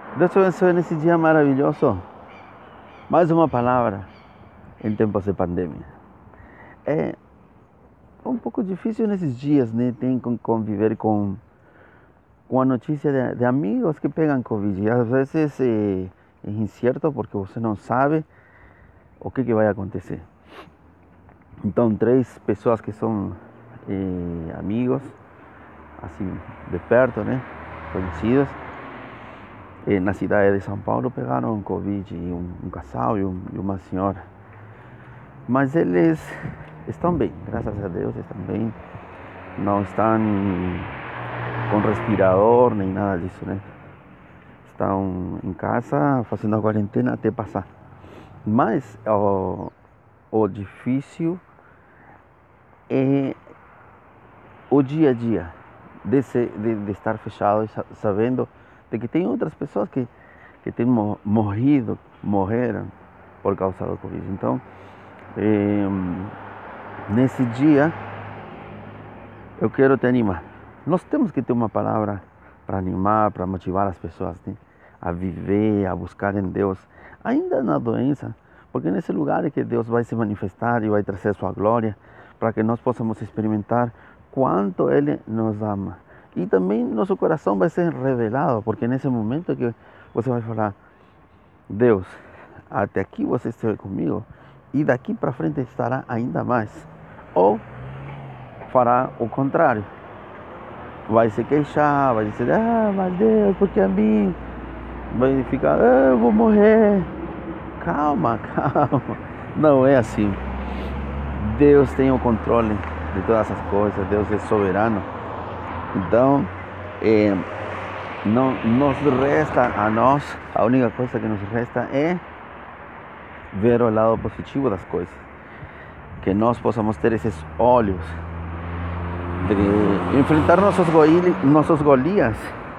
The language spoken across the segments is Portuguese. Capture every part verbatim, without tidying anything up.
Deus te abençoe nesse dia maravilhoso. Mais uma palavra em tempos de pandemia. É um pouco difícil nesses dias, né? Tem que conviver com, com a notícia de, de amigos que pegam Covid. E às vezes é, é incerto porque você não sabe o que, que vai acontecer. Então, três pessoas que são eh, amigos, assim, de perto, né? Conhecidos, eh, na cidade de São Paulo pegaram Covid, um, um casal e, um, e uma senhora. Mas eles estão bem, graças a Deus estão bem. Não estão com respirador nem nada disso, né? Estão em casa fazendo a quarentena até passar. Mas o, o difícil é o dia a dia de, ser, de, de estar fechado, sabendo de que tem outras pessoas que, que têm morrido, morreram por causa do Covid. Então, eh, nesse dia, eu quero te animar. Nós temos que ter uma palavra para animar, para motivar as pessoas, né? A viver, a buscar em Deus, ainda na doença, porque nesse lugar é que Deus vai se manifestar e vai trazer sua glória, para que nós possamos experimentar quanto Ele nos ama. E também nosso coração vai ser revelado, porque nesse momento que você vai falar: Deus, até aqui você esteve comigo e daqui para frente estará ainda mais. Ou fará o contrário. Vai se queixar, vai dizer: ah, mas Deus, porque a mim? Vai ficar: ah, eu vou morrer. Calma, calma. Não é assim. Deus tem o controle de todas as coisas. Deus é soberano. Então, é, não nos resta a nós, a única coisa que nos resta é ver o lado positivo das coisas. Que nós possamos ter esses olhos de enfrentar nossos, goili, nossos Golias,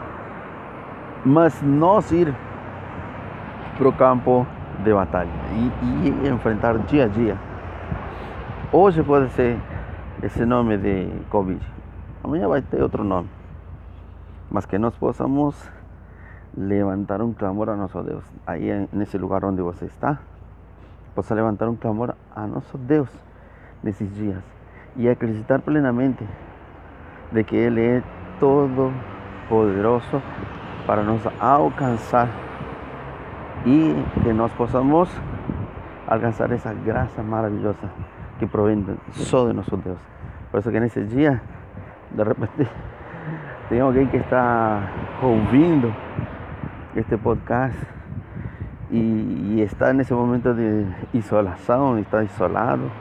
mas nós ir para o campo de batalha e, e enfrentar dia a dia. Hoje pode ser esse nome de Covid, amanhã vai ter outro nome, mas que nós possamos levantar um clamor a nosso Deus, aí nesse lugar onde você está, possa levantar um clamor a nosso Deus nesses dias e acreditar plenamente de que Ele é todo poderoso para nos alcançar e que nós possamos alcançar essa graça maravilhosa que provém só de nosso Deus. Por isso que nesse dia, de repente, tem alguém que está ouvindo este podcast e, e está nesse momento de isolação, está isolado.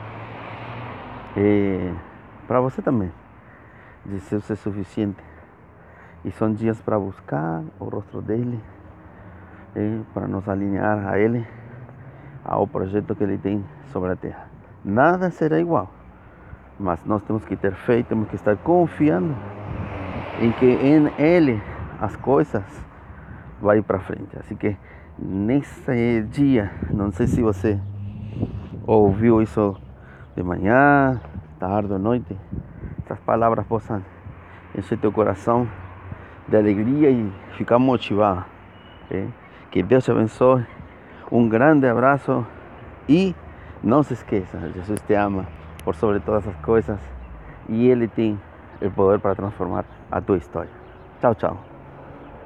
Para você também, Deus é suficiente. E são dias para buscar o rosto dele, eh, para nos alinhar a Ele, ao projeto que Ele tem sobre a terra. Nada será igual, mas nós temos que ter fé, temos que estar confiando em que em Ele as coisas vão para frente. Assim que nesse dia, não sei se você ouviu isso de manhã, tarde ou noite, essas palavras possam encher teu coração de alegria e ficar motivado. ¿Eh? Que Deus te abençoe. Um grande abraço e não se esqueça, Jesus te ama por sobre todas as coisas e Ele tem o poder para transformar a tua história. Tchau, tchau.